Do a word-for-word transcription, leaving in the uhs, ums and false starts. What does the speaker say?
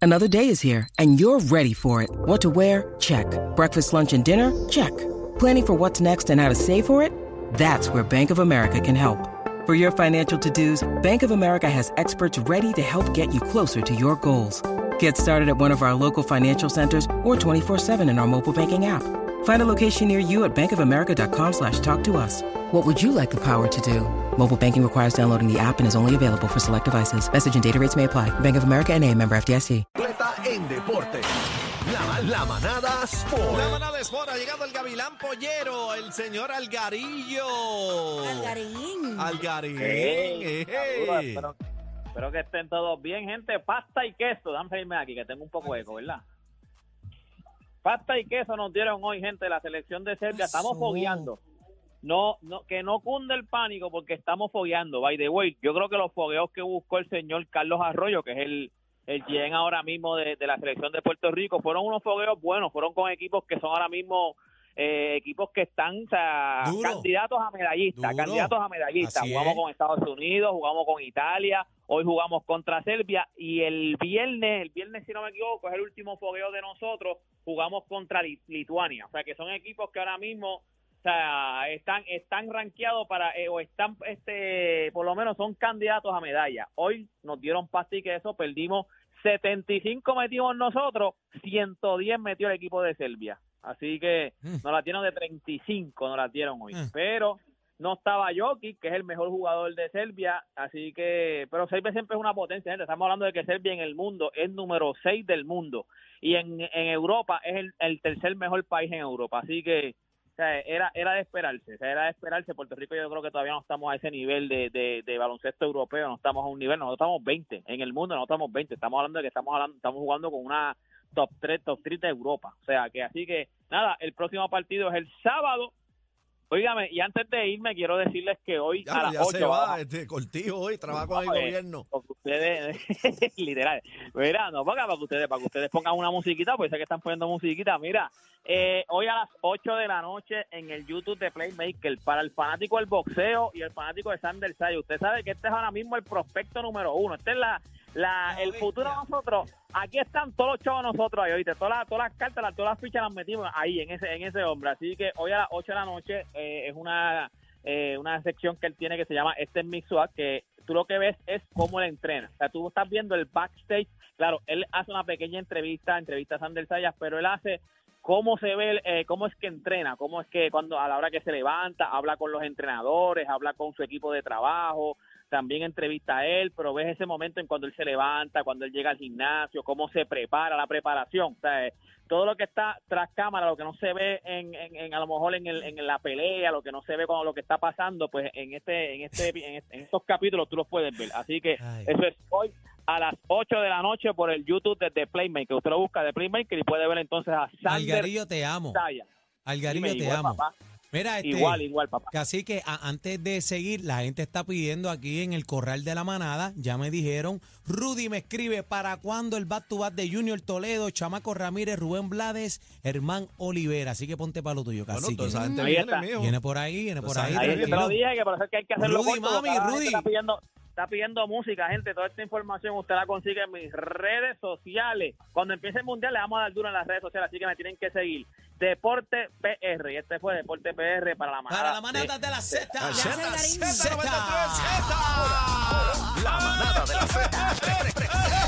Another day is here, and you're ready for it. What to wear? Check. Breakfast, lunch, and dinner? Check. Planning for what's next and how to save for it? That's where Bank of America can help. For your financial to-dos, Bank of America has experts ready to help get you closer to your goals. Get started at one of our local financial centers or twenty-four seven in our mobile banking app. Find a location near you at bankofamerica.com slash talk to us. What would you like the power to do? Mobile banking requires downloading the app and is only available for select devices. Message and data rates may apply. Bank of America N A, member F D I C. En deporte. La, la manada Sport. La manada Sport, ha llegado el gavilán pollero, el señor Algarillo. Algarín. Algarín. Hey, hey. saludos, espero, espero que estén todos bien, gente. Pasta y queso, déjame irme aquí, que tengo un poco de eco, ¿verdad? Pasta y queso nos dieron hoy, gente, la selección de Serbia. Estamos fogueando. No, no, que no cunde el pánico porque estamos fogueando. By the way, yo creo que los fogueos que buscó el señor Carlos Arroyo, que es el el G M ahora mismo de, de la selección de Puerto Rico, fueron unos fogueos buenos, fueron con equipos que son ahora mismo eh, equipos que están, o sea, Duro. candidatos a medallistas, Duro. candidatos a medallistas. Así Jugamos es. con Estados Unidos, jugamos con Italia, hoy jugamos contra Serbia y el viernes, el viernes si no me equivoco, es el último fogueo de nosotros, jugamos contra Lit- Lituania, o sea que son equipos que ahora mismo, o sea, están están rankeados para eh, o están este por lo menos son candidatos a medalla. Hoy nos dieron pasta y queso, perdimos setenta y cinco metimos nosotros, ciento diez metió el equipo de Serbia. Así que Mm. nos la dieron de treinta y cinco, nos la dieron hoy. Mm. Pero no estaba Jokic, que es el mejor jugador de Serbia, así que, pero Serbia siempre es una potencia, gente. Estamos hablando de que Serbia en el mundo es número seis del mundo y en, en Europa es el, el tercer mejor país en Europa, así que o sea, era era de esperarse, o sea, era de esperarse. Puerto Rico yo creo que todavía no estamos a ese nivel de, de, de baloncesto europeo, no estamos a un nivel, nosotros estamos veinte, en el mundo no estamos veinte, estamos hablando de que estamos hablando, estamos jugando con una top tres, top tres de Europa, o sea, que así que nada, el próximo partido es el sábado. Óigame, y antes de irme quiero decirles que hoy Ya, a las ya se ocho va, vamos- este, Cortijo hoy, trabaja con el Oye, gobierno. porque ustedes, literal, mira, no ponga para que ustedes, para que ustedes pongan una musiquita, pues sé que están poniendo musiquita, mira, eh, hoy a las ocho de la noche en el YouTube de Playmaker, para el fanático del boxeo y el fanático de Sander Sayo, usted sabe que este es ahora mismo el prospecto número uno, este es la, la el futuro de nosotros, aquí están todos los chavos nosotros ahí, oíste, todas las, todas las cartas, las, todas las fichas las metimos ahí, en ese, en ese hombre, así que hoy a las ocho de la noche eh, es una eh, una sección que él tiene que se llama Este es mi swag, que tú lo que ves es cómo él entrena. O sea, tú estás viendo el backstage. Claro, él hace una pequeña entrevista, entrevista a Sander Sayas, pero él hace cómo se ve, eh, cómo es que entrena, cómo es que cuando a la hora que se levanta, habla con los entrenadores, habla con su equipo de trabajo, también entrevista a él, pero ves ese momento en cuando él se levanta, cuando él llega al gimnasio, cómo se prepara, la preparación, o sea, eh, todo lo que está tras cámara, lo que no se ve en, en, en a lo mejor en, el, en la pelea, lo que no se ve con lo que está pasando, pues en este, en este, en, este- en estos capítulos tú los puedes ver. Así que Ay. eso es hoy a las ocho de la noche por el YouTube de The Playmaker. Usted lo busca de Playmaker y puede ver entonces a Sander Algarillo, te amo. Sayas. Algarillo, Dime, te igual, amo. papá. Mira, este, Igual, igual, papá. Así que a- antes de seguir, la gente está pidiendo aquí en el Corral de la Manada, ya me dijeron, Rudy me escribe, ¿para cuándo el back to back de Junior Toledo, Chamaco Ramírez, Rubén Blades, Germán Olivera? Así que ponte para lo tuyo, Bueno, Cacique. toda esa gente Ahí viene, está. mijo. Viene por ahí, viene por Esa ahí. gente Ahí yo te tranquilo. lo dije, que por eso es que hay que hacerlo Rudy, corto, mami, porque ahora la Rudy. gente Está pidiendo, está pidiendo música, gente. Toda esta información usted la consigue en mis redes sociales. Cuando empiece el Mundial le vamos a dar duro en las redes sociales, así que me tienen que seguir. Deporte P R. Y este fue Deporte P R para la manada. Para la manada de la Z. Ah, Z, Z, Z, Z noventa y tres, Z. La manada de la Z.